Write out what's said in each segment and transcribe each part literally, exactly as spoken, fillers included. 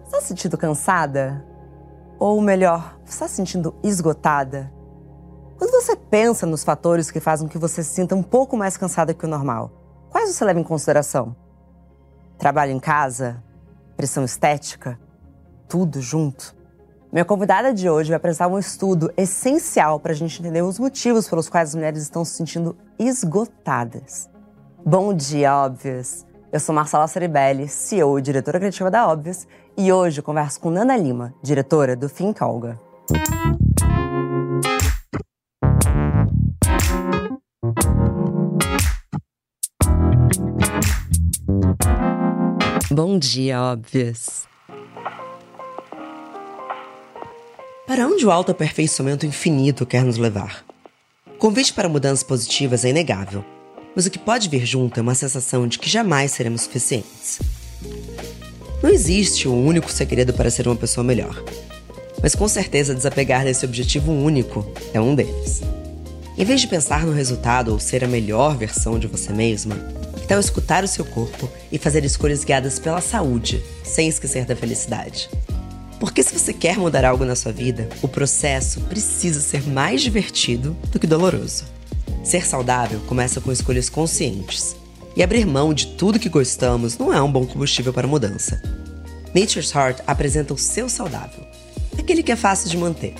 Você está se sentindo cansada? Ou melhor, você está se sentindo esgotada? Quando você pensa nos fatores que fazem com que você se sinta um pouco mais cansada que o normal, quais você leva em consideração? Trabalho em casa? Pressão estética? Tudo junto? Minha convidada de hoje vai apresentar um estudo essencial para a gente entender os motivos pelos quais as mulheres estão se sentindo esgotadas. Bom dia, Óbvias! Eu sou Marcela Ceribelli, C E O e diretora criativa da Óbvias, e hoje eu converso com Nana Lima, diretora do Think Olga. Bom dia, Óbvias! Para onde o autoaperfeiçoamento infinito quer nos levar? O convite para mudanças positivas é inegável, mas o que pode vir junto é uma sensação de que jamais seremos suficientes. Não existe um único segredo para ser uma pessoa melhor, mas com certeza desapegar desse objetivo único é um deles. Em vez de pensar no resultado ou ser a melhor versão de você mesma, que tal escutar o seu corpo e fazer escolhas guiadas pela saúde, sem esquecer da felicidade? Porque se você quer mudar algo na sua vida, o processo precisa ser mais divertido do que doloroso. Ser saudável começa com escolhas conscientes. E abrir mão de tudo que gostamos não é um bom combustível para a mudança. Nature's Heart apresenta o seu saudável, aquele que é fácil de manter.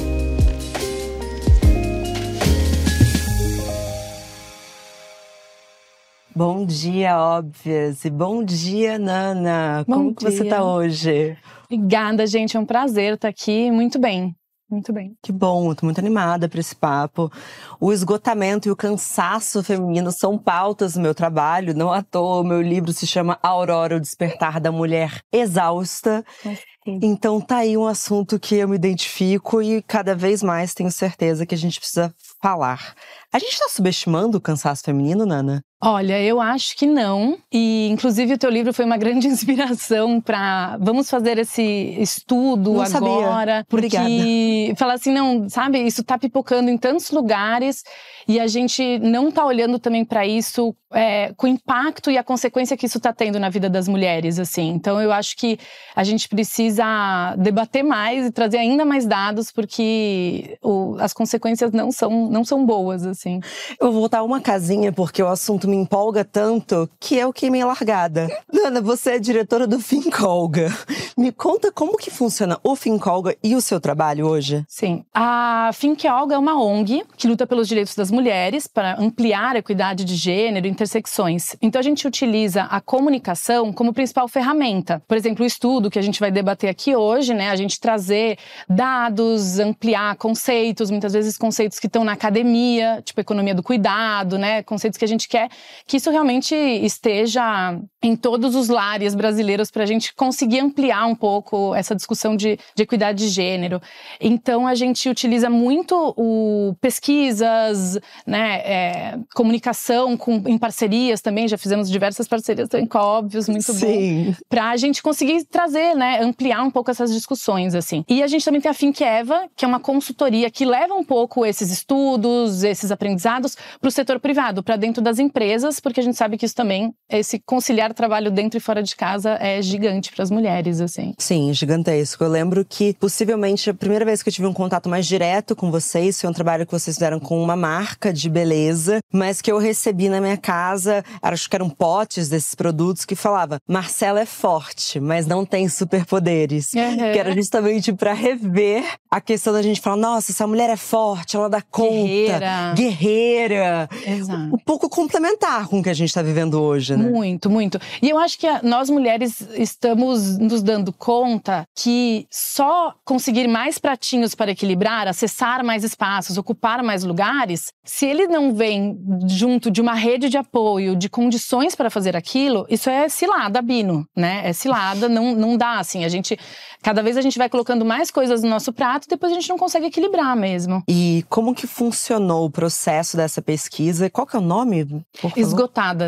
Bom dia, Óbvias! E bom dia, Nana! Bom Como que você tá hoje? Obrigada, gente. É um prazer estar aqui. Muito bem. Muito bem. Que bom, eu tô muito animada para esse papo. O esgotamento e o cansaço feminino são pautas do meu trabalho. Não à toa, o meu livro se chama Aurora, o Despertar da Mulher Exausta. Então tá aí um assunto que eu me identifico e cada vez mais tenho certeza que a gente precisa falar. A gente tá subestimando o cansaço feminino, Nana? Olha, eu acho que não. E, inclusive, o teu livro foi uma grande inspiração para vamos fazer esse estudo não agora. Sabia. Porque Obrigada. falar assim, não, sabe, isso tá pipocando em tantos lugares e a gente não tá olhando também para isso é, com o impacto e a consequência que isso tá tendo na vida das mulheres, assim. Então, eu acho que a gente precisa debater mais e trazer ainda mais dados, porque o, as consequências não são, não são boas, assim. Eu vou voltar uma casinha porque o assunto me empolga tanto que é o que me largada. Nana, você é diretora do Think Olga. Me conta como que funciona o Think Olga e o seu trabalho hoje? Sim. A Think Olga é uma O N G que luta pelos direitos das mulheres para ampliar a equidade de gênero e intersecções. Então a gente utiliza a comunicação como principal ferramenta. Por exemplo, o estudo que a gente vai debater aqui hoje, né? A gente trazer dados, ampliar conceitos, muitas vezes conceitos que estão na academia, tipo economia do cuidado, né? Conceitos que a gente quer que isso realmente esteja em todos os lares brasileiros para a gente conseguir ampliar um pouco essa discussão de, de equidade de gênero. Então, a gente utiliza muito o pesquisas, né, é, comunicação com, em parcerias também, já fizemos diversas parcerias também com a Óbvios, muito Sim. bom. Para a gente conseguir trazer, né, ampliar um pouco essas discussões, assim. E a gente também tem a Think Eva, que é uma consultoria que leva um pouco esses estudos, esses aprendizados para o setor privado, para dentro das empresas, porque a gente sabe que isso também, esse conciliar trabalho dentro e fora de casa é gigante para as mulheres, assim. Sim, gigantesco. Eu lembro que, possivelmente, a primeira vez que eu tive um contato mais direto com vocês foi um trabalho que vocês fizeram com uma marca de beleza, mas que eu recebi na minha casa, acho que eram potes desses produtos que falava: Marcela é forte, mas não tem superpoderes. Uhum. Que era justamente para rever a questão da gente falar: nossa, essa mulher é forte, ela dá conta. Guerreira. Guerreira. Exato. Um pouco complementar com o que a gente está vivendo hoje, né? Muito, muito. E eu acho que nós mulheres estamos nos dando conta que só conseguir mais pratinhos para equilibrar, acessar mais espaços, ocupar mais lugares, se ele não vem junto de uma rede de apoio, de condições para fazer aquilo, isso é cilada, Bino, né? É cilada, não, não dá, assim. A gente, cada vez a gente vai colocando mais coisas no nosso prato e depois a gente não consegue equilibrar mesmo. E como que funcionou o processo dessa pesquisa? Qual que é o nome? Esgotadas.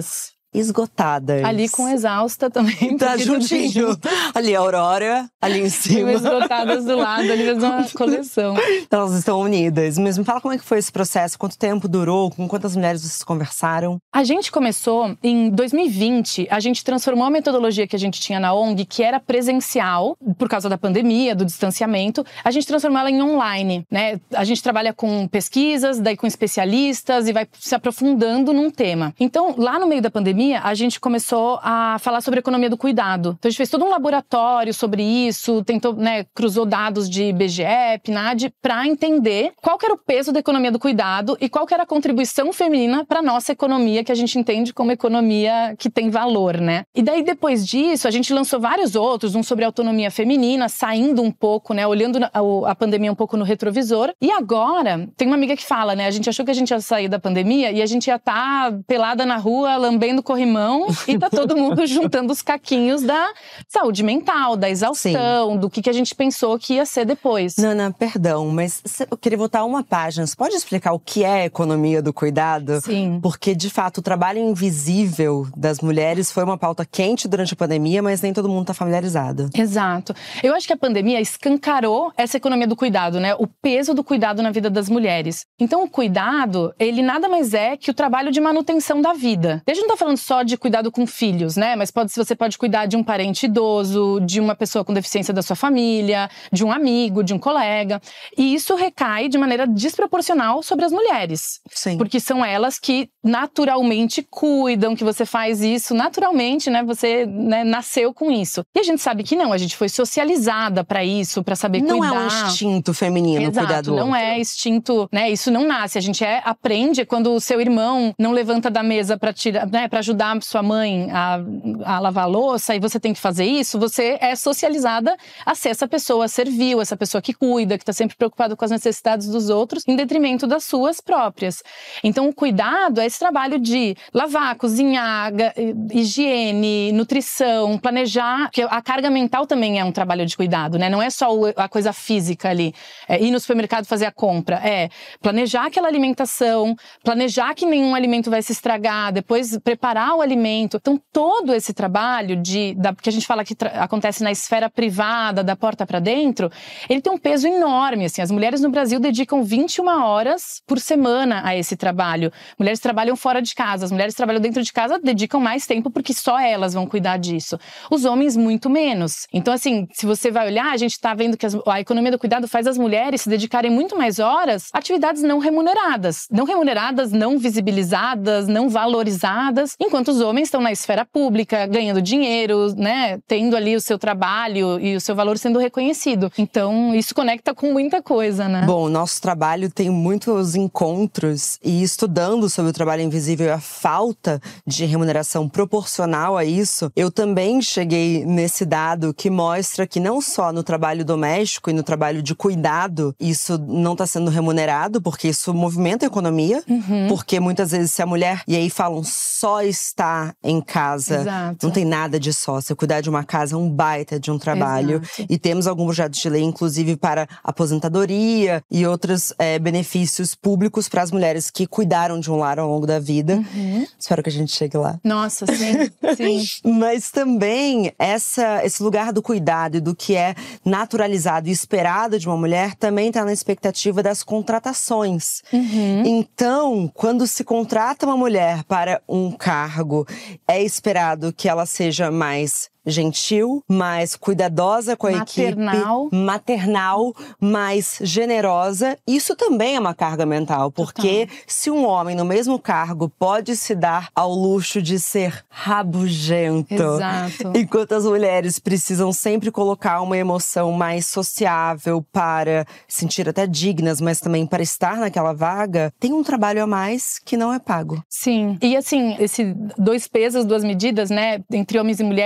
esgotadas. Ali com exausta também. Tá juntinho. Ali a Aurora, ali em cima. Esgotadas do lado, ali fez uma coleção. Então elas estão unidas. Mas me fala como é que foi esse processo, quanto tempo durou, com quantas mulheres vocês conversaram? A gente começou em dois mil e vinte, a gente transformou a metodologia que a gente tinha na O N G, que era presencial, por causa da pandemia, do distanciamento, a gente transformou ela em online, né? A gente trabalha com pesquisas, daí com especialistas e vai se aprofundando num tema. Então, lá no meio da pandemia, a gente começou a falar sobre economia do cuidado. Então, a gente fez todo um laboratório sobre isso, tentou, né, cruzou dados de I B G E, P N A D, para entender qual que era o peso da economia do cuidado e qual que era a contribuição feminina para nossa economia, que a gente entende como economia que tem valor, né? E daí, depois disso, a gente lançou vários outros, um sobre autonomia feminina, saindo um pouco, né, olhando a, a pandemia um pouco no retrovisor. E agora, tem uma amiga que fala, né, a gente achou que a gente ia sair da pandemia e a gente ia estar tá pelada na rua, lambendo corrimão, e tá todo mundo juntando os caquinhos da saúde mental, da exaustão, Sim. do que, que a gente pensou que ia ser depois. Nana, perdão, mas eu queria voltar uma página. Você pode explicar o que é a economia do cuidado? Sim. Porque, de fato, o trabalho invisível das mulheres foi uma pauta quente durante a pandemia, mas nem todo mundo tá familiarizado. Exato. Eu acho que a pandemia escancarou essa economia do cuidado, né? O peso do cuidado na vida das mulheres. Então, o cuidado, ele nada mais é que o trabalho de manutenção da vida. A gente não tá falando só de cuidado com filhos, né? Mas pode, você pode cuidar de um parente idoso, de uma pessoa com deficiência da sua família, de um amigo, de um colega. E isso recai de maneira desproporcional sobre as mulheres. Sim. Porque são elas que naturalmente cuidam, que você faz isso naturalmente, né? Você, né, nasceu com isso. E a gente sabe que não, a gente foi socializada para isso, para saber não cuidar. Não é um instinto feminino Exato, cuidar do outro. Não é instinto, né? Isso não nasce. A gente é, aprende quando o seu irmão não levanta da mesa para tirar, né, para ajudar a sua mãe a, a lavar a louça e você tem que fazer isso, você é socializada a ser essa pessoa servil, essa pessoa que cuida, que está sempre preocupada com as necessidades dos outros, em detrimento das suas próprias. Então, o cuidado é esse trabalho de lavar, cozinhar, higiene, nutrição, planejar, porque a carga mental também é um trabalho de cuidado, né? Não é só a coisa física ali, é ir no supermercado fazer a compra, é planejar aquela alimentação, planejar que nenhum alimento vai se estragar, depois preparar o alimento. Então, todo esse trabalho de, da, que a gente fala que tra- acontece na esfera privada, da porta para dentro, ele tem um peso enorme, assim. As mulheres no Brasil dedicam vinte e uma horas por semana a esse trabalho. Mulheres trabalham fora de casa, as mulheres trabalham dentro de casa, dedicam mais tempo porque só elas vão cuidar disso. Os homens, muito menos. Então, assim, se você vai olhar, a gente tá vendo que as, a economia do cuidado faz as mulheres se dedicarem muito mais horas a atividades não remuneradas. Não remuneradas, não visibilizadas, não valorizadas, enquanto os homens estão na esfera pública, ganhando dinheiro, né, tendo ali o seu trabalho e o seu valor sendo reconhecido. Então, isso conecta com muita coisa, né? Bom, o nosso trabalho tem muitos encontros e estudando sobre o trabalho invisível e a falta de remuneração proporcional a isso, eu também cheguei nesse dado que mostra que não só no trabalho doméstico e no trabalho de cuidado isso não está sendo remunerado, porque isso movimenta a economia, Uhum. porque muitas vezes se a mulher, e aí falam, só está em casa, Exato. não tem nada de só. Você cuidar de uma casa é um baita de um trabalho. Exato. E temos algum projeto de lei, inclusive, para aposentadoria e outros é, benefícios públicos para as mulheres que cuidaram de um lar ao longo da vida. Uhum. Espero que a gente chegue lá. Nossa, sim, sim. Mas também essa, esse lugar do cuidado e do que é naturalizado e esperado de uma mulher também está na expectativa das contratações. Uhum. Então, quando se contrata uma mulher para um cargo, é esperado que ela seja mais gentil, mais cuidadosa com a Maternal. equipe, maternal, mais generosa. Isso também é uma carga mental, porque Total. Se um homem no mesmo cargo pode se dar ao luxo de ser rabugento, Exato. enquanto as mulheres precisam sempre colocar uma emoção mais sociável para sentir até dignas, mas também para estar naquela vaga, tem um trabalho a mais que não é pago. Sim. E assim, esse dois pesos, duas medidas, né, entre homens e mulheres nesse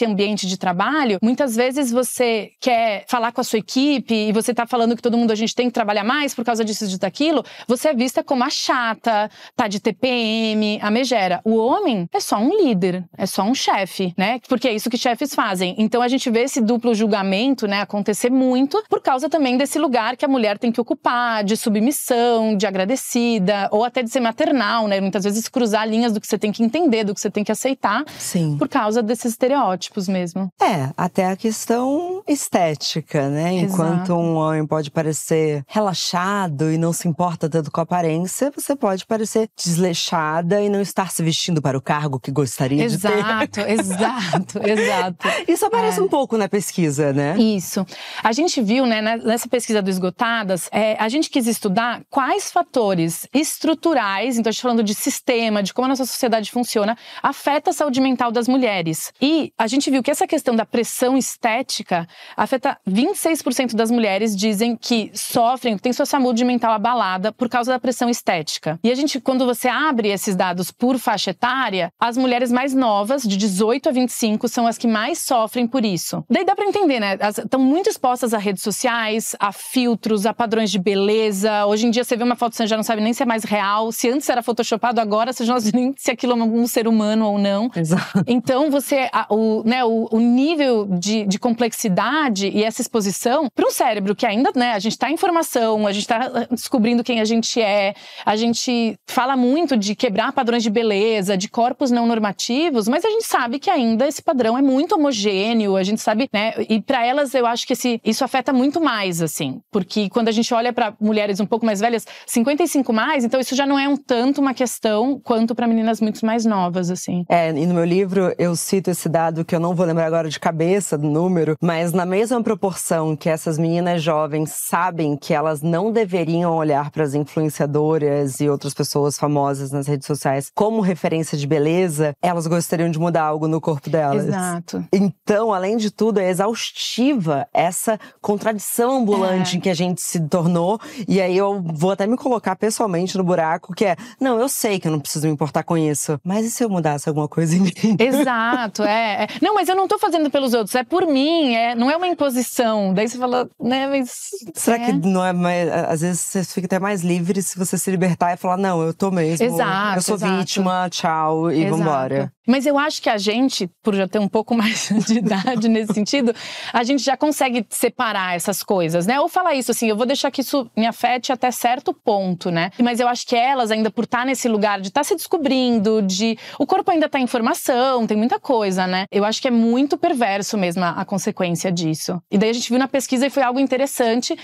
nesse ambiente de trabalho, muitas vezes você quer falar com a sua equipe e você tá falando que todo mundo, a gente tem que trabalhar mais por causa disso e daquilo, você é vista como a chata, tá de T P M, a megera. O homem é só um líder, é só um chefe, né? Porque é isso que chefes fazem. Então a gente vê esse duplo julgamento, né, acontecer muito por causa também desse lugar que a mulher tem que ocupar, de submissão, de agradecida, ou até de ser maternal, né? Muitas vezes cruzar linhas do que você tem que entender, do que você tem que aceitar. Sim. Por causa desses estereótipos mesmo. É, até a questão estética, né? Enquanto Exato. um homem pode parecer relaxado e não se importa tanto com a aparência, você pode parecer desleixada e não estar se vestindo para o cargo que gostaria Exato, de ter. Exato, exato, exato. Isso aparece É. um pouco na pesquisa, né? Isso. A gente viu, né, nessa pesquisa do Esgotadas, é, a gente quis estudar quais fatores estruturais, então a gente falando de sistema, de como a nossa sociedade funciona, afeta a saúde mental das mulheres. E a gente viu que essa questão da pressão estética afeta vinte e seis por cento das mulheres dizem que sofrem, têm sua saúde mental abalada por causa da pressão estética. E a gente, quando você abre esses dados por faixa etária, as mulheres mais novas, de dezoito a vinte e cinco, são as que mais sofrem por isso. Daí dá pra entender, né? Estão muito expostas a redes sociais, a filtros, a padrões de beleza. Hoje em dia você vê uma foto, você já não sabe nem se é mais real. Se antes era photoshopado, agora você já não sabe nem se aquilo é um ser humano ou não. Exato. Então você, a, o, né, o, o nível de, de complexidade e essa exposição para um cérebro que ainda, né, a gente tá em formação, a gente tá descobrindo quem a gente é, a gente fala muito de quebrar padrões de beleza, de corpos não normativos, mas a gente sabe que ainda esse padrão é muito homogêneo, a gente sabe, né, e para elas eu acho que esse, isso afeta muito mais, assim, porque quando a gente olha para mulheres um pouco mais velhas, cinquenta e cinco mais, então isso já não é um tanto uma questão quanto para meninas muito mais novas, assim. É, e no meu livro eu cito esse dado que eu não vou lembrar agora de cabeça do número, mas na mesma proporção que essas meninas jovens sabem que elas não deveriam olhar para as influenciadoras e outras pessoas famosas nas redes sociais como referência de beleza, elas gostariam de mudar algo no corpo delas. Exato. Então, além de tudo, é exaustiva essa contradição ambulante É. em que a gente se tornou. E aí eu vou até me colocar pessoalmente no buraco, que é, não, eu sei que eu não preciso me importar com isso, mas e se eu mudasse alguma coisa em mim? Exato, é, é. Não, mas eu não tô fazendo pelos outros, é por mim, é, não é uma imposição. Daí você fala, né, mas… Será é. que não é mais… Às vezes você fica até mais livre se você se libertar e falar, não, eu tô mesmo. Exato, eu sou exato. vítima, tchau, e Exato. vambora. Mas eu acho que a gente, por já ter um pouco mais de idade nesse sentido, a gente já consegue separar essas coisas, né? Ou falar isso assim, eu vou deixar que isso me afete até certo ponto, né? Mas eu acho que elas ainda por estar nesse lugar de estar se descobrindo, de… O corpo ainda tá em formação, tem muita coisa, né? Eu acho que é muito perverso mesmo a, a consequência disso. E daí a gente viu na pesquisa e foi algo interessante,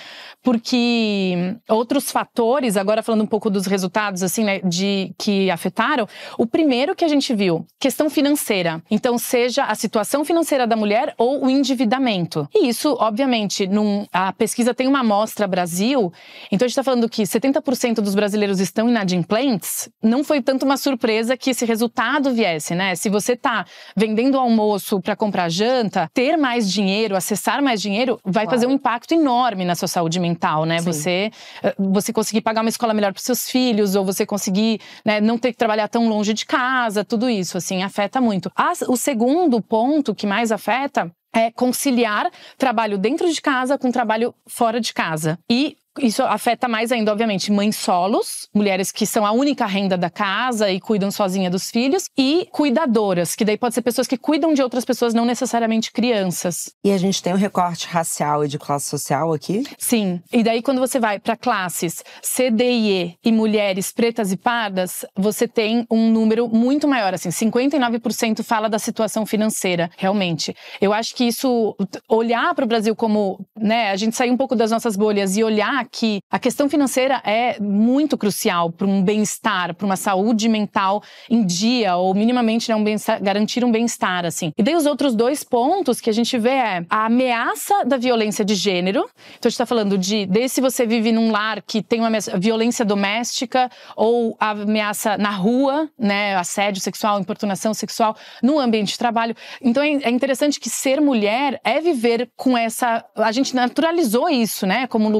porque outros fatores, agora falando um pouco dos resultados, assim, né, de, que afetaram, o primeiro que a gente viu, questão financeira. Então, seja a situação financeira da mulher ou o endividamento. E isso, obviamente, num, a pesquisa tem uma amostra Brasil, então a gente está falando que setenta por cento dos brasileiros estão inadimplentes, não foi tanto uma surpresa que esse resultado viesse, né? Se você tá vendendo almoço para comprar janta, ter mais dinheiro, acessar mais dinheiro, vai Claro. fazer um impacto enorme na sua saúde mental, né? Sim. Você, você conseguir pagar uma escola melhor para seus filhos, ou você conseguir, né, não ter que trabalhar tão longe de casa, tudo isso, assim, afeta muito. As, o segundo ponto que mais afeta é conciliar trabalho dentro de casa com trabalho fora de casa. E isso afeta mais ainda, obviamente, mães solos, mulheres que são a única renda da casa e cuidam sozinha dos filhos, e cuidadoras, que daí pode ser pessoas que cuidam de outras pessoas, não necessariamente crianças. E a gente tem um recorte racial e de classe social aqui? Sim. E daí quando você vai para classes C, D e E e mulheres pretas e pardas, você tem um número muito maior, assim, cinquenta e nove por cento fala da situação financeira, realmente. Eu acho que isso, olhar para o Brasil como, né, a gente sair um pouco das nossas bolhas e olhar que a questão financeira é muito crucial para um bem-estar, para uma saúde mental em dia, ou minimamente, né, um bem-estar, garantir um bem-estar, assim. E daí os outros dois pontos que a gente vê é a ameaça da violência de gênero. Então a gente está falando de, desde se você vive num lar que tem uma ameaça, violência doméstica, ou a ameaça na rua, né, assédio sexual, importunação sexual, no ambiente de trabalho. Então é interessante que ser mulher é viver com essa… A gente naturalizou isso, né, como um lugar assim, mas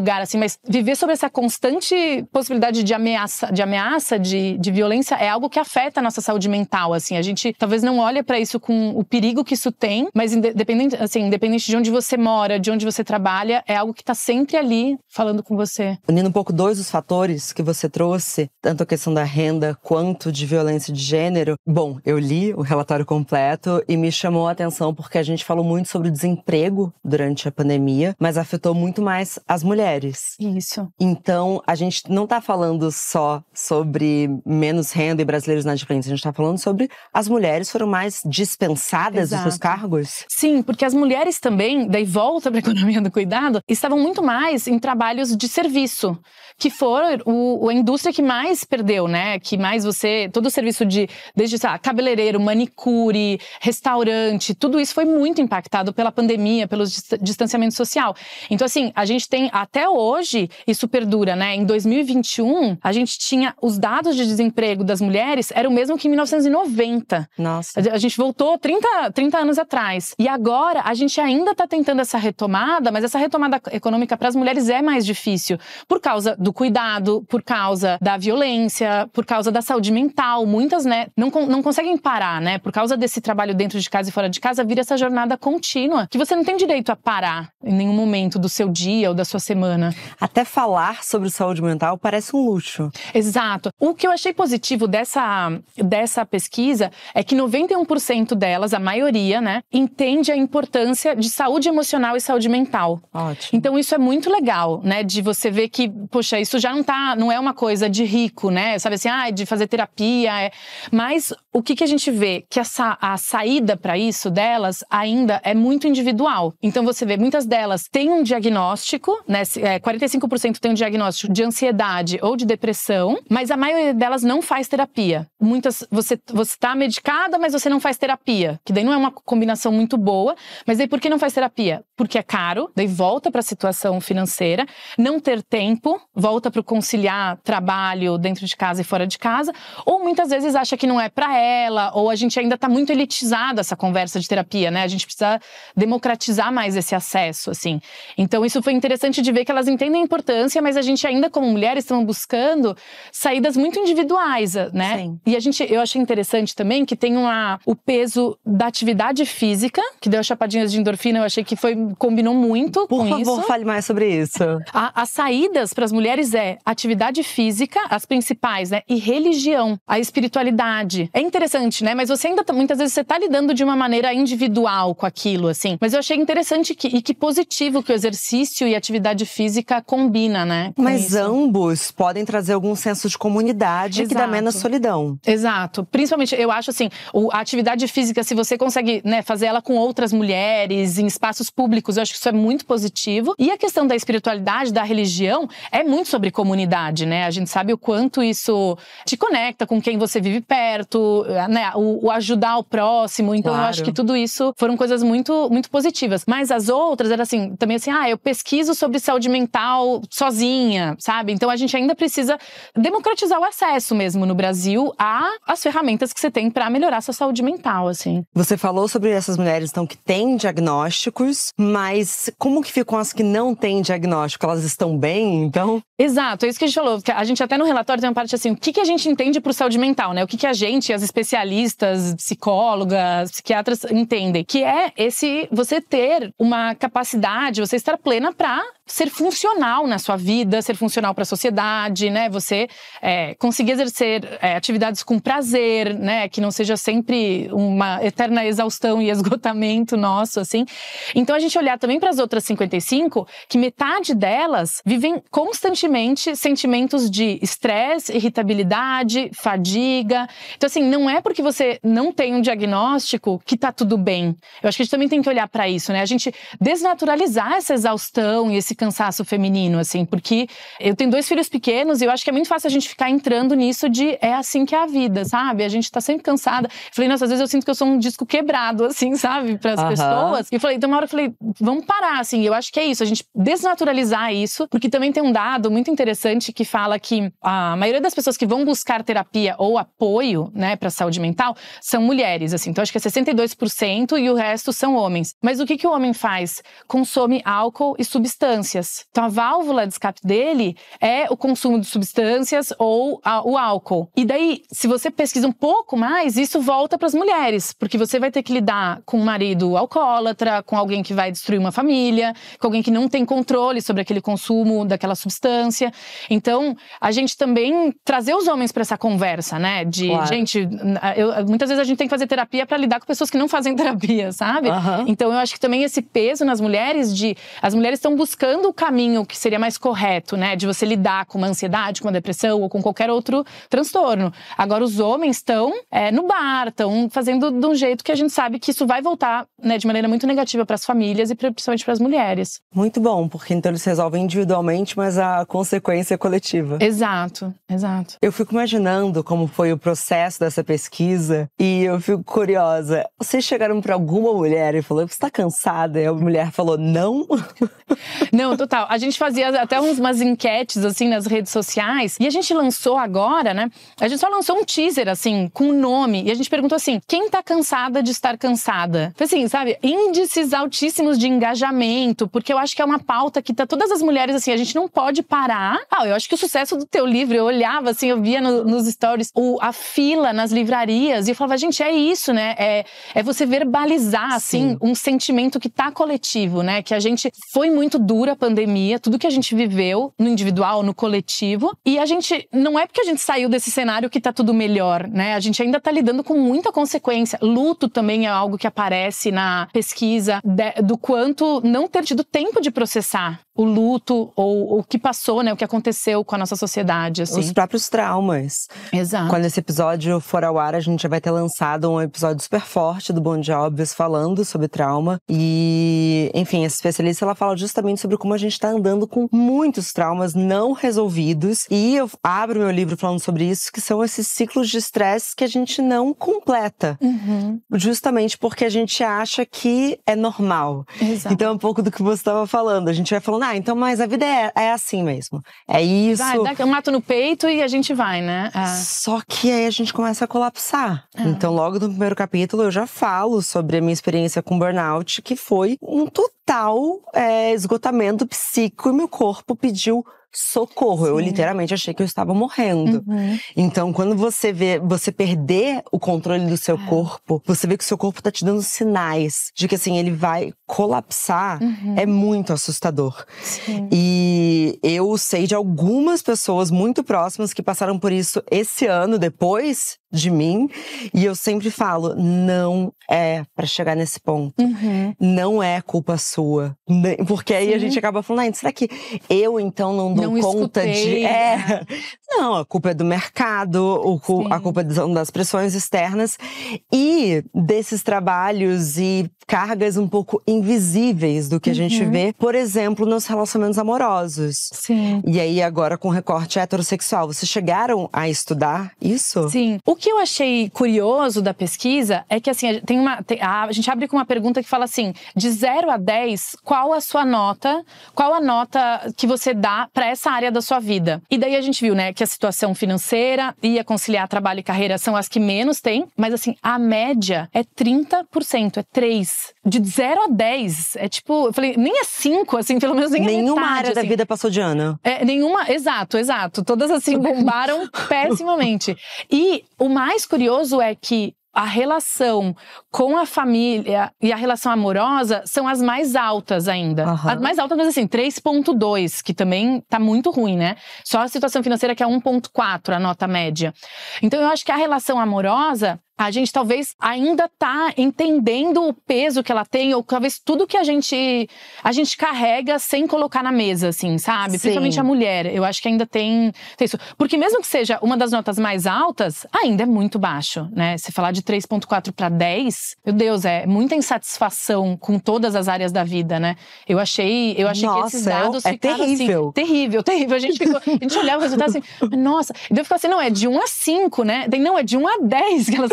Mas viver sobre essa constante possibilidade de ameaça, de, ameaça, de, de violência é algo que afeta a nossa saúde mental, assim. A gente talvez não olha pra isso com o perigo que isso tem, mas independente, assim, independente de onde você mora, de onde você trabalha, é algo que tá sempre ali falando com você. Unindo um pouco dois dos fatores que você trouxe, tanto a questão da renda quanto de violência de gênero. Bom, eu li o relatório completo e me chamou a atenção porque a gente falou muito sobre desemprego durante a pandemia, mas afetou muito mais as mulheres. Isso. Então, a gente não tá falando só sobre menos renda e brasileiros inadimplentes, a gente tá falando sobre as mulheres foram mais dispensadas dos seus cargos. Sim, porque as mulheres também, daí volta para a economia do cuidado, estavam muito mais em trabalhos de serviço, que foram o, a indústria que mais perdeu, né? Que mais você, todo o serviço de, desde, sei lá, cabeleireiro, manicure, restaurante, tudo isso foi muito impactado pela pandemia, pelo distanciamento social. Então, assim, a gente tem, até hoje, isso perdura, né? Em dois mil e vinte e um, a gente tinha os dados de desemprego das mulheres, era o mesmo que em mil novecentos e noventa. Nossa. A gente voltou trinta, trinta anos atrás. E agora, a gente ainda está tentando essa retomada, mas essa retomada econômica para as mulheres é mais difícil. Por causa do cuidado, por causa da violência, por causa da saúde mental. Muitas, né, não, não conseguem parar, né? Por causa desse trabalho dentro de casa e fora de casa, vira essa jornada contínua, que você não tem direito a parar em nenhum momento do seu dia ou da sua semana. Até falar sobre saúde mental parece um luxo. Exato. O que eu achei positivo dessa, dessa pesquisa é que noventa e um por cento delas, a maioria, né, entende a importância de saúde emocional e saúde mental. Ótimo. Então isso é muito legal, né, de você ver que, poxa, isso já não tá, não é uma coisa de rico, né, sabe assim, ah, de fazer terapia, é... mas o que que a gente vê? Que a, sa a saída para isso delas ainda é muito individual. Então você vê, muitas delas têm um diagnóstico, né, quarenta e cinco por cento tem um diagnóstico de ansiedade ou de depressão, mas a maioria delas não faz terapia. Muitas, você, você tá medicada, mas você não faz terapia, que daí não é uma combinação muito boa, mas daí por que não faz terapia? Porque é caro, daí volta para a situação financeira, não ter tempo, volta para o conciliar trabalho dentro de casa e fora de casa, ou muitas vezes acha que não é para ela, ou a gente ainda tá muito elitizada essa conversa de terapia, né? A gente precisa democratizar mais esse acesso, assim. Então isso foi interessante de ver que elas entendem a importância, mas a gente ainda como mulheres estamos buscando saídas muito individuais, né? Sim. E a gente, eu achei interessante também que tem uma, o peso da atividade física, que deu chapadinhas de endorfina, eu achei que foi, combinou muito Por com favor, isso. fale mais sobre isso. A, as saídas para as mulheres é atividade física, as principais, né? E religião, a espiritualidade. É interessante, né? Mas você ainda, muitas vezes, você tá lidando de uma maneira individual com aquilo, assim. Mas eu achei interessante que, e que positivo que o exercício e a atividade física combina, né? Mas isso. ambos podem trazer algum senso de comunidade. Exato. Que dá menos solidão. Exato. Principalmente, eu acho assim, a atividade física, se você consegue, né, fazer ela com outras mulheres, em espaços públicos, eu acho que isso é muito positivo. E a questão da espiritualidade, da religião, é muito sobre comunidade, né? A gente sabe o quanto isso te conecta com quem você vive perto, né? O, o ajudar o próximo. Então, claro. Eu acho que tudo isso foram coisas muito, muito positivas. Mas as outras, era assim, também assim, ah, eu pesquiso sobre saúde mental sozinha, sabe? Então, a gente ainda precisa democratizar o acesso mesmo no Brasil às ferramentas que você tem para melhorar a sua saúde mental, assim. Você falou sobre essas mulheres, então, que têm diagnósticos, mas como que ficam as que não têm diagnóstico? Elas estão bem, então? Exato, é isso que a gente falou. A gente até no relatório tem uma parte assim, o que, que a gente entende por saúde mental, né? O que, que a gente, as especialistas, psicólogas, psiquiatras entendem? Que é esse, você ter uma capacidade, você estar plena para ser funcional na sua vida, ser funcional para a sociedade, né? Você é, conseguir exercer é, atividades com prazer, né? Que não seja sempre uma eterna exaustão e esgotamento nosso, assim. Então, a gente olhar também para as outras cinquenta e cinco, que metade delas vivem constantemente sentimentos de estresse, irritabilidade, fadiga. Então, assim, não é porque você não tem um diagnóstico que tá tudo bem. Eu acho que a gente também tem que olhar para isso, né? A gente desnaturalizar essa exaustão e esse cansaço feminino, assim, porque eu tenho dois filhos pequenos e eu acho que é muito fácil a gente ficar entrando nisso de é assim que é a vida, sabe? A gente tá sempre cansada. Falei, nossa, às vezes eu sinto que eu sou um disco quebrado, assim, sabe? Para as uhum. pessoas. E eu falei, então uma hora eu falei, vamos parar, assim. Eu acho que é isso, a gente desnaturalizar isso, porque também tem um dado muito interessante que fala que a maioria das pessoas que vão buscar terapia ou apoio, né, para saúde mental, são mulheres, assim. Então acho que é sessenta e dois por cento e o resto são homens. Mas o que que o homem faz? Consome álcool e substâncias. substâncias. Então a válvula de escape dele é o consumo de substâncias ou a, o álcool. E daí, se você pesquisa um pouco mais, isso volta para as mulheres, porque você vai ter que lidar com um marido alcoólatra, com alguém que vai destruir uma família, com alguém que não tem controle sobre aquele consumo daquela substância. Então, a gente também trazer os homens para essa conversa, né? De, claro. gente, eu, muitas vezes a gente tem que fazer terapia para lidar com pessoas que não fazem terapia, sabe? Uhum. Então, eu acho que também esse peso nas mulheres de… As mulheres estão buscando o caminho que seria mais correto, né? De você lidar com uma ansiedade, com uma depressão ou com qualquer outro transtorno. Agora, os homens estão é, no bar, estão fazendo de um jeito que a gente sabe que isso vai voltar, né, de maneira muito negativa para as famílias e principalmente para as mulheres. Muito bom, porque então eles resolvem individualmente, mas a consequência é coletiva. Exato, exato. Eu fico imaginando como foi o processo dessa pesquisa e eu fico curiosa. Vocês chegaram para alguma mulher e falaram, você está cansada? E a mulher falou, não? Não, total. A gente fazia até umas enquetes, assim, nas redes sociais. E a gente lançou agora, né? A gente só lançou um teaser, assim, com o nome. E a gente perguntou assim, quem tá cansada de estar cansada? Assim, sabe? Índices altíssimos de engajamento. Porque eu acho que é uma pauta que tá todas as mulheres, assim, a gente não pode parar. Ah, eu acho que o sucesso do teu livro, eu olhava, assim, eu via no, nos stories o, a fila nas livrarias. E eu falava, gente, é isso, né? É, é você verbalizar, assim, Sim. um sentimento que tá coletivo, né? Que a gente… Foi muito dura a pandemia, tudo que a gente viveu, no individual, no coletivo. E a gente… Não é porque a gente saiu desse cenário que tá tudo melhor, né? A gente ainda tá lidando com muita consequência. Luto também é algo que aparece na pesquisa de, do quanto não ter tido tempo de processar o luto ou o que passou, né? O que aconteceu com a nossa sociedade, assim. Os próprios traumas. Exato. Quando esse episódio for ao ar, a gente já vai ter lançado um episódio super forte do Bom Dia Óbvios falando sobre trauma. E, enfim, essa especialista, ela fala justamente sobre como a gente tá andando com muitos traumas não resolvidos. E eu abro meu livro falando sobre isso, que são esses ciclos de estresse que a gente não completa. Uhum. Justamente porque a gente acha que é normal. Exato. Então é um pouco do que você estava falando. A gente vai falando, ah, então, mas a vida é, é assim mesmo. É isso. Vai, dá um mato no peito e a gente vai, né? É. Só que aí a gente começa a colapsar. É. Então, logo no primeiro capítulo, eu já falo sobre a minha experiência com burnout, que foi um total é, esgotamento psíquico e meu corpo pediu socorro. Sim. Eu literalmente achei que eu estava morrendo. Uhum. Então, quando você vê, você perder o controle do seu é. corpo, você vê que o seu corpo tá te dando sinais de que, assim, ele vai colapsar, uhum. é muito assustador. Sim. E eu sei de algumas pessoas muito próximas que passaram por isso esse ano, depois de mim, e eu sempre falo, não é pra chegar nesse ponto. Uhum. Não é culpa sua. Porque aí Sim. a gente acaba falando, ah, será que eu então não dou não conta escutei, de… É. Não, a culpa é do mercado, a culpa são das pressões externas e desses trabalhos e cargas um pouco invisíveis do que uhum. a gente vê, por exemplo, nos relacionamentos amorosos. Sim. E aí agora com recorte heterossexual, vocês chegaram a estudar isso? Sim. O que eu achei curioso da pesquisa é que, assim, tem uma, tem, a, a gente abre com uma pergunta que fala assim, de zero a dez, qual a sua nota, qual a nota que você dá para essa área da sua vida? E daí a gente viu, né, que a situação financeira e a conciliar trabalho e carreira são as que menos tem, mas assim, a média é trinta por cento, é três. De zero a dez, é tipo, eu falei, nem é cinco, assim, pelo menos nem Nenhuma metade, área assim. da vida passou de ano. É, nenhuma, exato, exato. Todas assim bombaram pessimamente. E o mais curioso é que a relação com a família e a relação amorosa são as mais altas ainda. Uhum. As mais altas, mas assim, três ponto dois, que também tá muito ruim, né? Só a situação financeira que é um ponto quatro, a nota média. Então eu acho que a relação amorosa, a gente talvez ainda tá entendendo o peso que ela tem, ou talvez tudo que a gente, a gente carrega sem colocar na mesa, assim, sabe? Sim. Principalmente a mulher. Eu acho que ainda tem, tem isso. Porque mesmo que seja uma das notas mais altas, ainda é muito baixo, né? Se falar de três ponto quatro para dez, meu Deus, é muita insatisfação com todas as áreas da vida, né? Eu achei, eu achei nossa, que esses dados é ficaram terrível. assim… Terrível, terrível. A gente, ficou, a gente olhava o resultado assim, nossa. E daí eu ficava assim, não, é de um a cinco, né? Daí não, é de um a dez que elas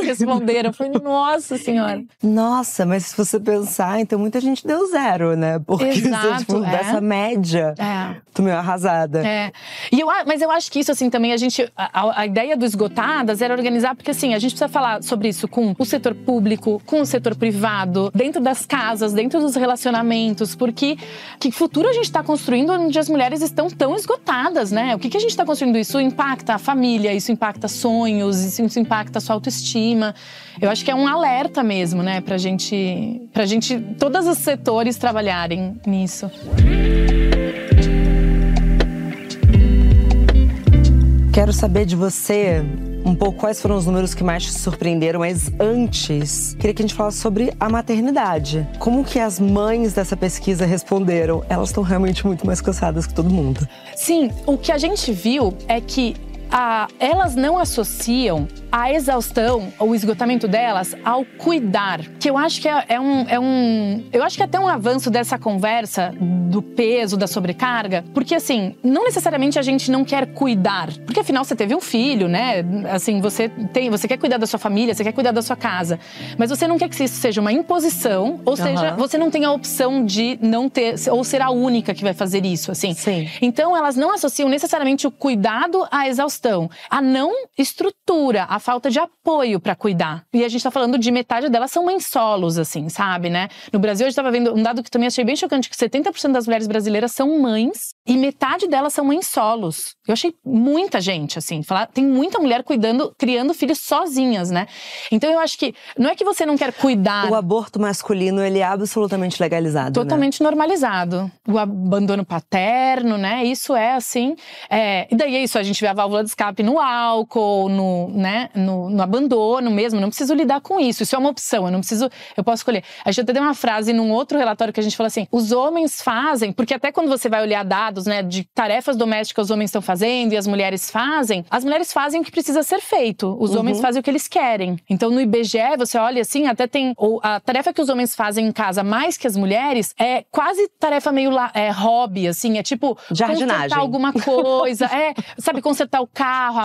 responderam. Eu falei, nossa senhora. Nossa, mas se você pensar, então muita gente deu zero, né? Porque Exato, tipo, é. dessa média, É. tô meio arrasada. É. E eu, mas eu acho que isso, assim, também a gente… A, a ideia do Esgotadas era organizar, porque assim, a gente precisa falar sobre isso com o setor público, com o setor privado, dentro das casas, dentro dos relacionamentos, porque que futuro a gente está construindo onde as mulheres estão tão esgotadas, né? O que, que a gente está construindo? Isso impacta a família, isso impacta sonhos, isso, isso impacta a sua autoestima. Eu acho que é um alerta mesmo, né? Pra gente, pra gente, todos os setores trabalharem nisso. Quero saber de você um pouco quais foram os números que mais te surpreenderam, mas antes, queria que a gente falasse sobre a maternidade. Como que as mães dessa pesquisa responderam? Elas estão realmente muito mais cansadas que todo mundo. Sim, o que a gente viu é que a, elas não associam a exaustão, ou o esgotamento delas, ao cuidar. Que eu acho que é, é, um, é um… Eu acho que é até um avanço dessa conversa do peso, da sobrecarga. Porque, assim, não necessariamente a gente não quer cuidar. Porque, afinal, você teve um filho, né? Assim, você, tem, você quer cuidar da sua família, você quer cuidar da sua casa. Mas você não quer que isso seja uma imposição. Ou seja, Uhum. você não tem a opção de não ter… Ou ser a única que vai fazer isso, assim. Sim. Então, elas não associam necessariamente o cuidado à exaustão. A não estrutura, a falta de apoio para cuidar. E a gente tá falando de metade delas são mães solos, assim, sabe, né? No Brasil, a gente tava vendo um dado que também achei bem chocante, que setenta por cento das mulheres brasileiras são mães e metade delas são mães solos. Eu achei muita gente, assim, falar, tem muita mulher cuidando, criando filhos sozinhas, né? Então eu acho que, não é que você não quer cuidar… O aborto masculino, ele é absolutamente legalizado, Totalmente né? normalizado. O abandono paterno, né? Isso é assim… É, e daí é isso, a gente vê a válvula de escape no álcool, no, né? no, no abandono mesmo. Não preciso lidar com isso. Isso é uma opção, eu não preciso… Eu posso escolher. A gente até deu uma frase num outro relatório que a gente fala assim, os homens fazem… Porque até quando você vai olhar dados, né? De tarefas domésticas os homens estão fazendo e as mulheres fazem, as mulheres fazem o que precisa ser feito. Os Uhum. homens fazem o que eles querem. Então no I B G E, você olha assim, até tem… Ou a tarefa que os homens fazem em casa mais que as mulheres é quase tarefa meio é, hobby, assim. É tipo… Jardinagem. Consertar alguma coisa. é, sabe, consertar o carro, a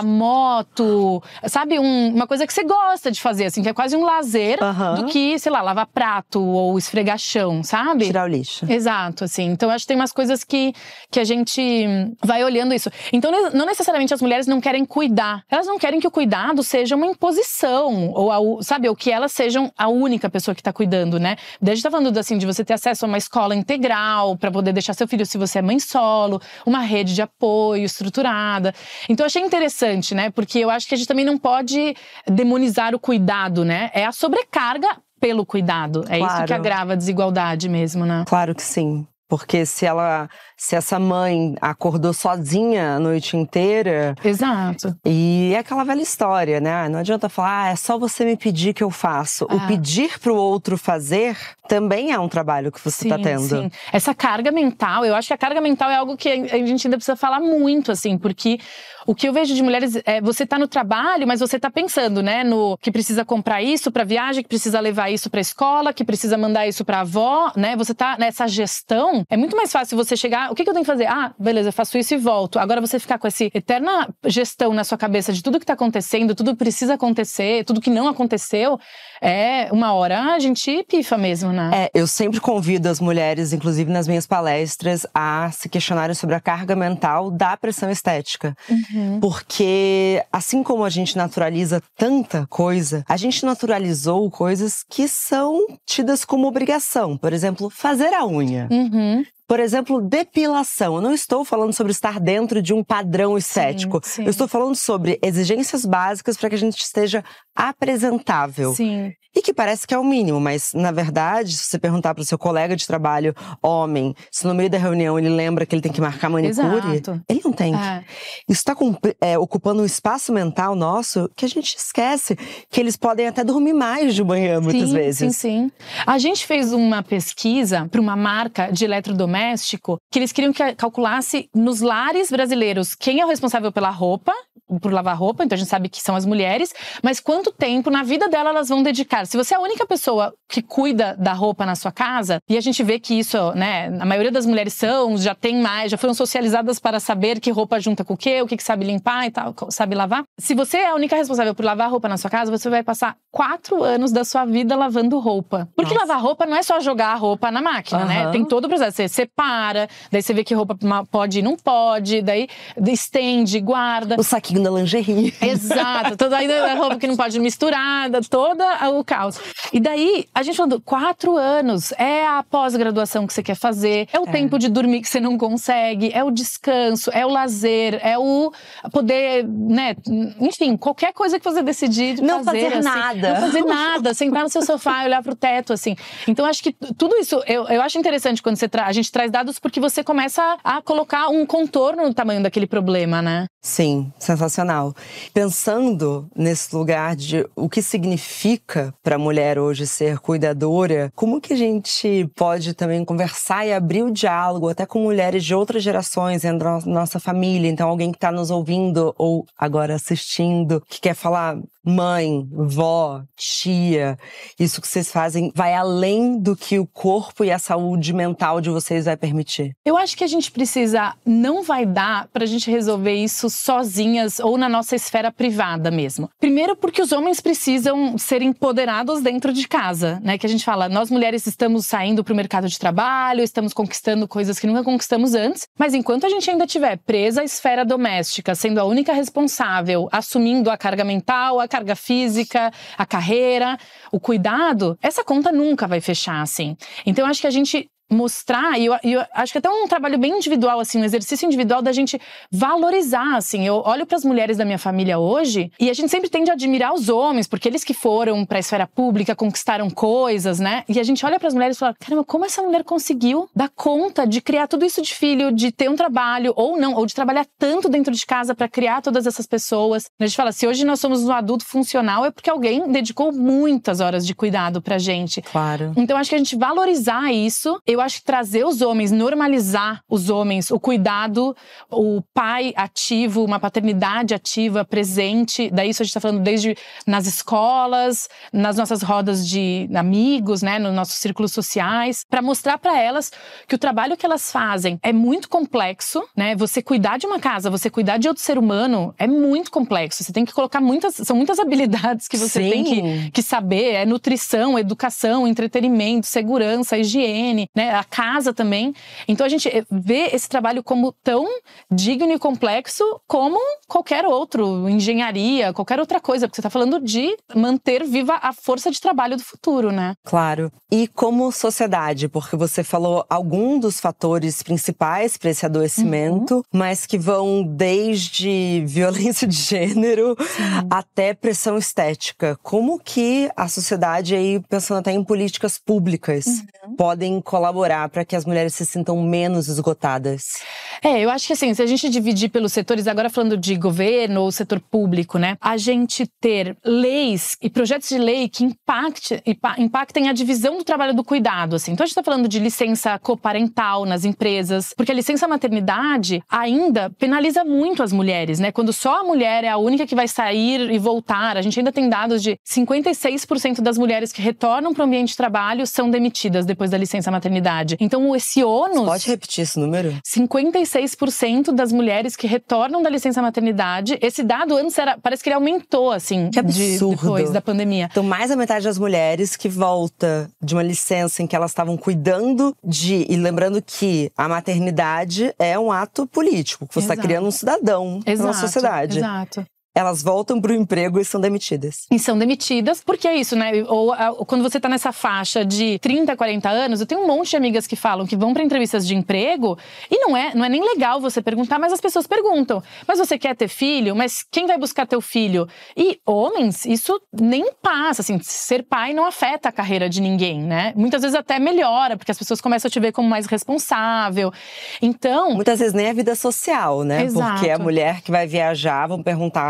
moto. Sabe, um, uma coisa que você gosta de fazer, assim. Que é quase um lazer Uhum. do que, sei lá, lavar prato ou esfregar chão, sabe? Tirar o lixo. Exato, assim. Então, eu acho que tem umas coisas que, que a gente vai olhando isso. Então, não necessariamente as mulheres não querem cuidar. Elas não querem que o cuidado seja uma imposição. Ou, a, sabe, ou que elas sejam a única pessoa que tá cuidando, né? Daí a gente tá falando, assim, de você ter acesso a uma escola integral pra poder deixar seu filho, se você é mãe solo, uma rede de apoio estruturada. Então, eu achei interessante, né? Porque eu acho que a gente também não pode demonizar o cuidado, né? É a sobrecarga pelo cuidado. É Claro. isso que agrava a desigualdade mesmo, né? Claro que sim. Porque se ela, se essa mãe acordou sozinha a noite inteira… Exato. E é aquela velha história, né? Não adianta falar, ah, é só você me pedir que eu faço. Ah. O pedir pro outro fazer também é um trabalho que você Sim, tá tendo. sim. Essa carga mental, eu acho que a carga mental é algo que a gente ainda precisa falar muito, assim, porque o que eu vejo de mulheres é você tá no trabalho, mas você tá pensando, né, no que precisa comprar isso pra viagem, que precisa levar isso pra escola, que precisa mandar isso pra avó, né? Você tá nessa gestão, é muito mais fácil você chegar, o que, que eu tenho que fazer? Ah, beleza, eu faço isso e volto. Agora você ficar com essa eterna gestão na sua cabeça de tudo que tá acontecendo, tudo precisa acontecer, tudo que não aconteceu, é uma hora a gente pifa mesmo, né? É, eu sempre convido as mulheres, inclusive nas minhas palestras, a se questionarem sobre a carga mental da pressão estética. Uhum. Porque, assim como a gente naturaliza tanta coisa, a gente naturalizou coisas que são tidas como obrigação. Por exemplo, fazer a unha. Uhum. Por exemplo, depilação. Eu não estou falando sobre estar dentro de um padrão estético. Sim, sim. Eu estou falando sobre exigências básicas para que a gente esteja apresentável. Sim. E que parece que é o mínimo, mas na verdade, se você perguntar para o seu colega de trabalho, homem, se no meio da reunião ele lembra que ele tem que marcar manicure, Exato. ele não tem. É. Isso está é, ocupando um espaço mental nosso que a gente esquece que eles podem até dormir mais de manhã, muitas sim, vezes. Sim, sim. A gente fez uma pesquisa para uma marca de eletrodoméstico que eles queriam que calculasse nos lares brasileiros quem é o responsável pela roupa, por lavar roupa, então a gente sabe que são as mulheres, mas quanto tempo na vida dela elas vão dedicar? Se você é a única pessoa que cuida da roupa na sua casa, e a gente vê que isso, né, a maioria das mulheres são, já tem mais, já foram socializadas para saber que roupa junta com o quê, o que, que sabe limpar e tal, sabe lavar. Se você é a única responsável por lavar roupa na sua casa, você vai passar quatro anos da sua vida lavando roupa. Porque Nossa. lavar roupa não é só jogar a roupa na máquina, uhum. né? Tem todo o processo. Você separa, daí você vê que roupa pode e não pode, daí estende, guarda. O saquinho da lingerie. Exato. Toda a roupa que não pode misturada, todo o caos. E daí, a gente falando, quatro anos é a pós-graduação que você quer fazer, é o é. tempo de dormir que você não consegue, é o descanso, é o lazer, é o poder, né? Enfim, qualquer coisa que você decidir de não fazer. fazer assim, nada. Não fazer nada, sentar no seu sofá e olhar pro teto, assim. Então, acho que tudo isso, eu, eu acho interessante quando você tra- a gente traz dados, porque você começa a colocar um contorno no tamanho daquele problema, né? Sim, sensacional. Pensando nesse lugar de o que significa para a mulher hoje ser cuidadora, como que a gente pode também conversar e abrir o diálogo até com mulheres de outras gerações dentro da nossa família? Então, alguém que está nos ouvindo ou agora assistindo, que quer falar mãe, vó, tia, isso que vocês fazem vai além do que o corpo e a saúde mental de vocês vai permitir? Eu acho que a gente precisa, não vai dar pra gente resolver isso sozinhas ou na nossa esfera privada mesmo. Primeiro porque os homens precisam ser empoderados dentro de casa, né? Que a gente fala, nós mulheres estamos saindo pro mercado de trabalho, estamos conquistando coisas que nunca conquistamos antes, mas enquanto a gente ainda estiver presa à esfera doméstica, sendo a única responsável, assumindo a carga mental, a carga física, a carreira, o cuidado, essa conta nunca vai fechar, assim. Então, eu acho que a gente mostrar, e eu, eu acho que até um trabalho bem individual, assim, um exercício individual da gente valorizar, assim. Eu olho para as mulheres da minha família hoje e a gente sempre tende a admirar os homens, porque eles que foram para a esfera pública, conquistaram coisas, né? E a gente olha para as mulheres e fala, caramba, como essa mulher conseguiu dar conta de criar tudo isso de filho, de ter um trabalho, ou não, ou de trabalhar tanto dentro de casa para criar todas essas pessoas. A gente fala, se hoje nós somos um adulto funcional, é porque alguém dedicou muitas horas de cuidado pra gente. Claro. Então, acho que a gente valorizar isso, eu acho que trazer os homens, normalizar os homens, o cuidado, o pai ativo, uma paternidade ativa, presente. Daí isso a gente tá falando desde nas escolas, nas nossas rodas de amigos, né, nos nossos círculos sociais, para mostrar para elas que o trabalho que elas fazem é muito complexo, né? Você cuidar de uma casa, você cuidar de outro ser humano é muito complexo. Você tem que colocar muitas, são muitas habilidades que você Sim. tem que, que saber. É nutrição, educação, entretenimento, segurança, higiene, né? A casa também. Então a gente vê esse trabalho como tão digno e complexo como qualquer outro, engenharia, qualquer outra coisa, porque você está falando de manter viva a força de trabalho do futuro, né? Claro. E como sociedade, porque você falou algum dos fatores principais para esse adoecimento, uhum. mas que vão desde violência de gênero Sim. até pressão estética. Como que a sociedade, aí pensando até em políticas públicas, uhum. podem colaborar para que as mulheres se sintam menos esgotadas? É, eu acho que assim, se a gente dividir pelos setores, agora falando de governo ou setor público, né? A gente ter leis e projetos de lei que impacte, impactem a divisão do trabalho do cuidado, assim. Então a gente tá falando de licença coparental nas empresas, porque a licença maternidade ainda penaliza muito as mulheres, né? Quando só a mulher é a única que vai sair e voltar, a gente ainda tem dados de cinquenta e seis por cento das mulheres que retornam para o ambiente de trabalho são demitidas depois da licença maternidade. Então, esse ônus… Você pode repetir esse número? cinquenta e seis por cento das mulheres que retornam da licença maternidade. Esse dado antes era… Parece que ele aumentou, assim, que absurdo. De, depois da pandemia. Então, mais da metade das mulheres que volta de uma licença em que elas estavam cuidando de… E lembrando que a maternidade é um ato político, que você está criando um cidadão exato, na sociedade. Exato. Elas voltam pro emprego e são demitidas. E são demitidas, porque é isso, né? Ou a, quando você tá nessa faixa de trinta, quarenta anos, eu tenho um monte de amigas que falam que vão pra entrevistas de emprego e não é, não é nem legal você perguntar, mas as pessoas perguntam. Mas você quer ter filho? Mas quem vai buscar teu filho? E homens, isso nem passa, assim, ser pai não afeta a carreira de ninguém, né? Muitas vezes até melhora, porque as pessoas começam a te ver como mais responsável. Então… Muitas vezes nem a vida social, né? Exato. Porque a mulher que vai viajar, vão perguntar…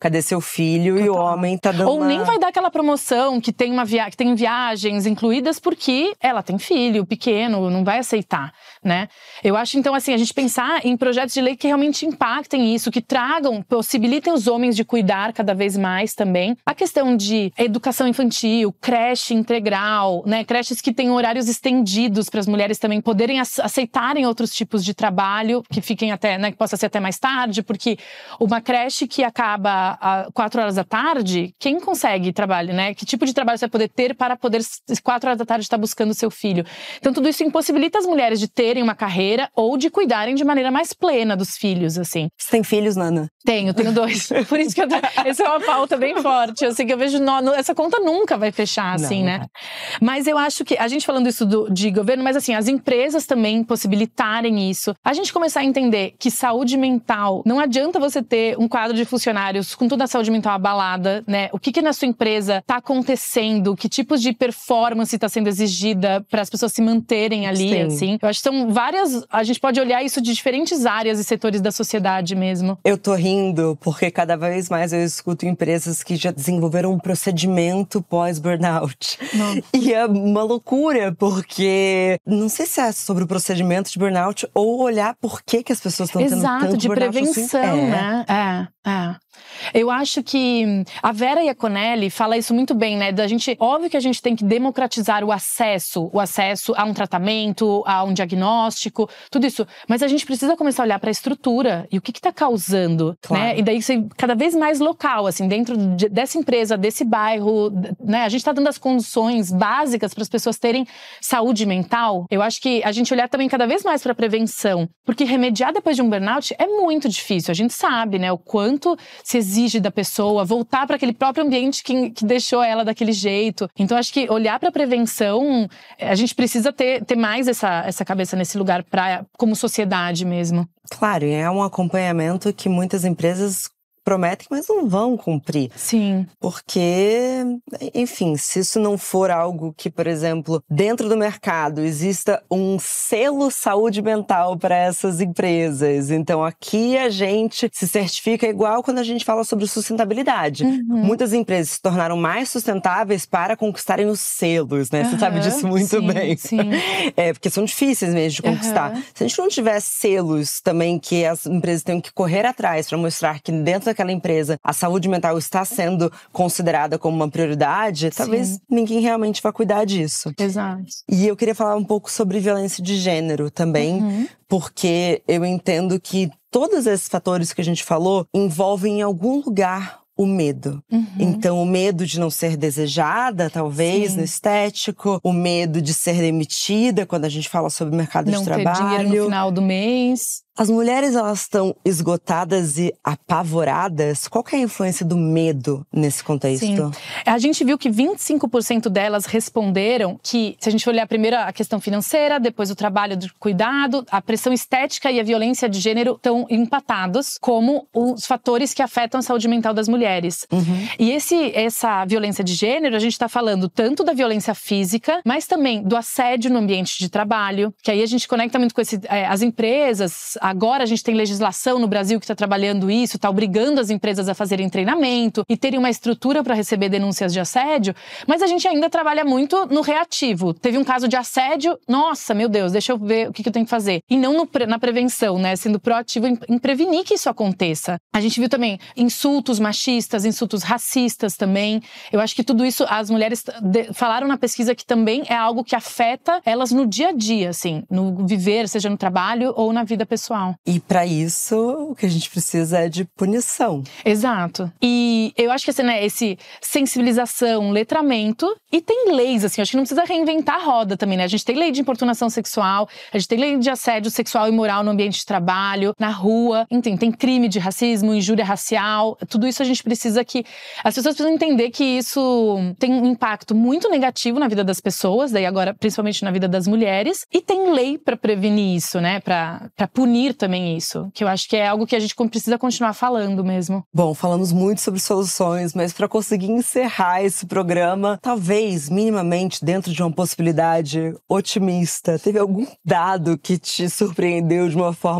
cadê seu filho? Total. E o homem tá dando Ou uma... nem vai dar aquela promoção que tem, uma via... que tem viagens incluídas porque ela tem filho pequeno, não vai aceitar, né? Eu acho, então, assim, a gente pensar em projetos de lei que realmente impactem isso, que tragam, possibilitem os homens de cuidar cada vez mais também. A questão de educação infantil, creche integral, né? Creches que têm horários estendidos para as mulheres também poderem aceitarem outros tipos de trabalho, que fiquem até, né, que possa ser até mais tarde, porque uma creche que acaba às quatro horas da tarde, quem consegue trabalho, né? Que tipo de trabalho você vai poder ter para poder, quatro horas da tarde, estar buscando o seu filho? Então, tudo isso impossibilita as mulheres de terem uma carreira ou de cuidarem de maneira mais plena dos filhos, assim. Você tem filhos, Nana? Tenho, tenho dois. Por isso que eu, essa é uma pauta bem forte, assim, que eu vejo, não, essa conta nunca vai fechar, assim, não, né? Mas eu acho que, a gente falando isso do, de governo, mas assim, as empresas também possibilitarem isso. A gente começar a entender que saúde mental, não adianta você ter um quadro de funcionários com toda a saúde mental abalada, né? O que que na sua empresa tá acontecendo? Que tipos de performance tá sendo exigida para as pessoas se manterem ali, Sim. assim? Eu acho que são várias, a gente pode olhar isso de diferentes áreas e setores da sociedade mesmo. Eu tô rindo porque cada vez mais eu escuto empresas que já desenvolveram um procedimento pós-burnout. Nossa. E é uma loucura, porque não sei se é sobre o procedimento de burnout ou olhar por que, que as pessoas estão tendo Exato, tanto de burnout. prevenção, assim. é. né? É, é. Eu acho que a Vera Iaconelli fala isso muito bem, né? Da gente, óbvio que a gente tem que democratizar o acesso, o acesso a um tratamento, a um diagnóstico, tudo isso. Mas a gente precisa começar a olhar para a estrutura e o que está causando, claro. né? E daí ser cada vez mais local, assim, dentro de, dessa empresa, desse bairro, né? A gente está dando as condições básicas para as pessoas terem saúde mental. Eu acho que a gente olhar também cada vez mais para a prevenção, porque remediar depois de um burnout é muito difícil. A gente sabe, né? O quanto se exige da pessoa, voltar para aquele próprio ambiente que, que deixou ela daquele jeito. Então, acho que olhar para a prevenção, a gente precisa ter, ter mais essa, essa cabeça nesse lugar, pra, como sociedade mesmo. Claro, e é um acompanhamento que muitas empresas prometem, mas não vão cumprir. Sim. Porque, enfim, se isso não for algo que, por exemplo, dentro do mercado exista um selo saúde mental para essas empresas. Então, aqui a gente se certifica igual quando a gente fala sobre sustentabilidade. Uhum. Muitas empresas se tornaram mais sustentáveis para conquistarem os selos, né? Uhum. Você sabe disso muito sim, bem. Sim. É, porque são difíceis mesmo de conquistar. Uhum. Se a gente não tiver selos também que as empresas têm que correr atrás para mostrar que dentro daquela empresa a saúde mental está sendo considerada como uma prioridade, Sim. talvez ninguém realmente vá cuidar disso. Exato. E eu queria falar um pouco sobre violência de gênero também, uhum. porque eu entendo que todos esses fatores que a gente falou envolvem em algum lugar o medo. Uhum. Então, o medo de não ser desejada, talvez, Sim. no estético. O medo de ser demitida, quando a gente fala sobre o mercado não de trabalho. Não ter dinheiro no final do mês. As mulheres, elas estão esgotadas e apavoradas. Qual que é a influência do medo nesse contexto? Sim. A gente viu que vinte e cinco por cento delas responderam que, se a gente olhar primeiro a questão financeira, depois o trabalho do cuidado, a pressão estética e a violência de gênero estão empatados como os fatores que afetam a saúde mental das mulheres. Uhum. E esse, essa violência de gênero, a gente está falando tanto da violência física, mas também do assédio no ambiente de trabalho, que aí a gente conecta muito com esse, é, as empresas. Agora a gente tem legislação no Brasil que está trabalhando isso, está obrigando as empresas a fazerem treinamento e terem uma estrutura para receber denúncias de assédio, mas a gente ainda trabalha muito no reativo. Teve um caso de assédio, nossa, meu Deus, deixa eu ver o que, que eu tenho que fazer. E não no, na prevenção, né? Sendo proativo em, em prevenir que isso aconteça. A gente viu também insultos machistas, insultos racistas também. Eu acho que tudo isso, as mulheres de, falaram na pesquisa que também é algo que afeta elas no dia a dia, assim, no viver, seja no trabalho ou na vida pessoal. E para isso, o que a gente precisa é de punição. Exato. E eu acho que assim, né, esse sensibilização, letramento, e tem leis, assim, eu acho que não precisa reinventar a roda também, né? A gente tem lei de importunação sexual, a gente tem lei de assédio sexual e moral no ambiente de trabalho, na rua, enfim, tem crime de racismo, injúria racial, tudo isso a gente precisa que… As pessoas precisam entender que isso tem um impacto muito negativo na vida das pessoas, daí agora, principalmente na vida das mulheres, e tem lei para prevenir isso, né? Para para punir também isso, que eu acho que é algo que a gente precisa continuar falando mesmo. Bom, falamos muito sobre soluções, mas para conseguir encerrar esse programa, talvez, minimamente, dentro de uma possibilidade otimista, teve algum dado que te surpreendeu de uma forma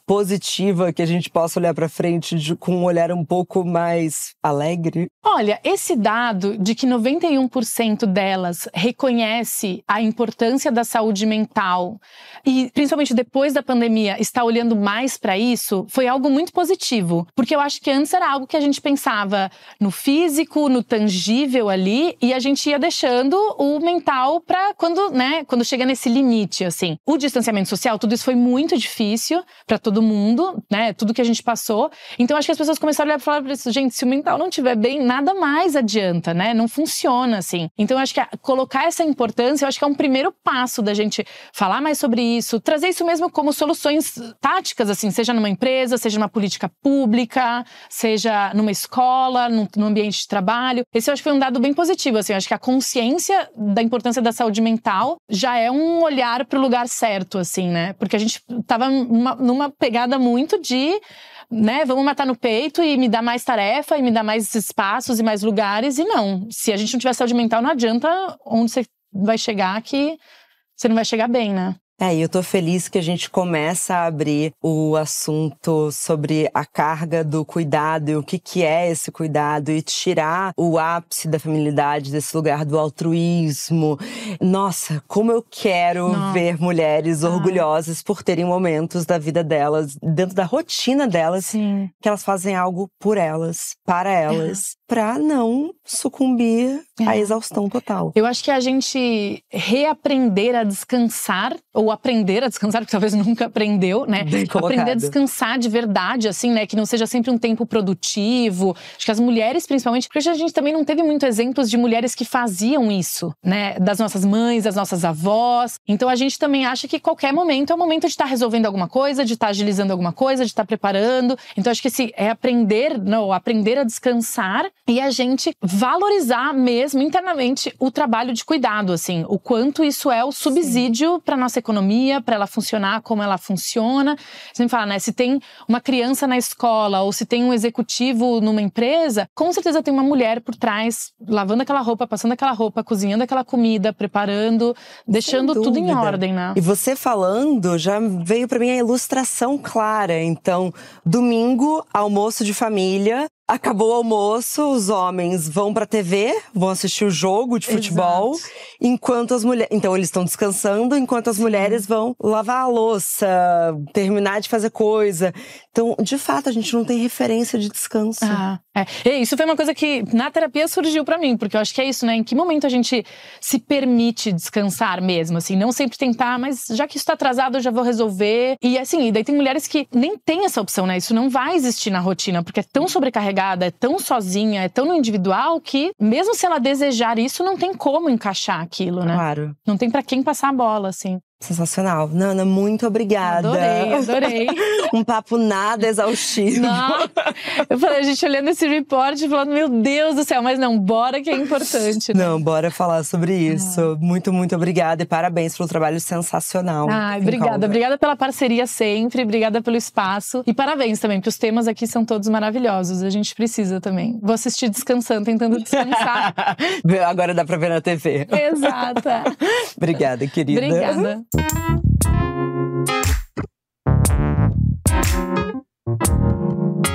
positiva que a gente possa olhar para frente de, com um olhar um pouco mais alegre? Olha, esse dado de que noventa e um por cento delas reconhece a importância da saúde mental e, principalmente depois da pandemia, está olhando mais para isso, foi algo muito positivo. Porque eu acho que antes era algo que a gente pensava no físico, no tangível ali, e a gente ia deixando o mental para quando, né, quando chega nesse limite, assim. O distanciamento social, tudo isso foi muito difícil para todo mundo, né, tudo que a gente passou. Então, acho que as pessoas começaram a olhar e falar para isso, gente, se o mental não estiver bem, nada mais adianta, né, não funciona, assim. Então, eu acho que colocar essa importância, eu acho que é um primeiro passo da gente falar mais sobre isso, trazer isso mesmo como soluções táticas, assim, seja numa empresa, seja numa política pública, seja numa escola, no, no ambiente de trabalho. Esse eu acho que foi um dado bem positivo, assim, eu acho que a consciência da importância da saúde mental já é um olhar para o lugar certo, assim, né, porque a gente tava numa, numa pegada muito de, né, vamos matar no peito e me dar mais tarefa e me dar mais espaços e mais lugares, e não, se a gente não tiver saúde mental, não adianta onde você vai chegar que você não vai chegar bem, né? É, e eu tô feliz que a gente começa a abrir o assunto sobre a carga do cuidado e o que que é esse cuidado e tirar o ápice da feminilidade desse lugar do altruísmo. Nossa, como eu quero Nossa. ver mulheres Ah. orgulhosas por terem momentos da vida delas, dentro da rotina delas, Sim. que elas fazem algo por elas, para elas, pra não sucumbir à É. exaustão total. Eu acho que a gente reaprender a descansar, ou aprender a descansar, porque talvez nunca aprendeu, né? Bem colocado. Aprender a descansar de verdade, assim, né? Que não seja sempre um tempo produtivo. Acho que as mulheres, principalmente, porque a gente também não teve muitos exemplos de mulheres que faziam isso, né? Das nossas mães, das nossas avós. Então a gente também acha que qualquer momento é o momento de estar resolvendo alguma coisa, de estar agilizando alguma coisa, de estar preparando. Então acho que esse é aprender, não, aprender a descansar e a gente valorizar mesmo internamente o trabalho de cuidado, assim, o quanto isso é o subsídio para nossa economia, para ela funcionar como ela funciona. Você me fala, né, se tem uma criança na escola ou se tem um executivo numa empresa, com certeza tem uma mulher por trás, lavando aquela roupa, passando aquela roupa, cozinhando aquela comida, preparando, deixando tudo em ordem, né? E você falando, já veio pra mim a ilustração clara. Então, domingo, almoço de família. Acabou o almoço, os homens vão pra T V, vão assistir o jogo de futebol, Exato. enquanto as mulheres… Então, eles estão descansando, enquanto as mulheres vão lavar a louça, terminar de fazer coisa. Então, de fato, a gente não tem referência de descanso. Ah, é. E isso foi uma coisa que na terapia surgiu pra mim, porque eu acho que é isso, né? Em que momento a gente se permite descansar mesmo, assim, não sempre tentar, mas já que isso tá atrasado, eu já vou resolver. E assim, e daí tem mulheres que nem têm essa opção, né? Isso não vai existir na rotina, porque é tão sobrecarregada, é tão sozinha, é tão no individual que, mesmo se ela desejar isso, não tem como encaixar aquilo, né? Claro. Não tem pra quem passar a bola, assim. Sensacional. Nana, muito obrigada. Adorei, adorei. Um papo nada exaustivo. Não, eu falei, a gente olhando esse report e falando, meu Deus do céu, mas não, bora que é importante, né? Não, bora falar sobre isso. Ah. Muito, muito obrigada e parabéns pelo trabalho sensacional. Ai, obrigada. Obrigada pela parceria sempre, obrigada pelo espaço. E parabéns também, porque os temas aqui são todos maravilhosos. A gente precisa também. Vou assistir descansando, tentando descansar. Agora dá pra ver na T V. Exata. Obrigada, querida. Obrigada.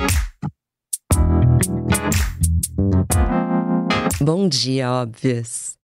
Bom dia, óbvias!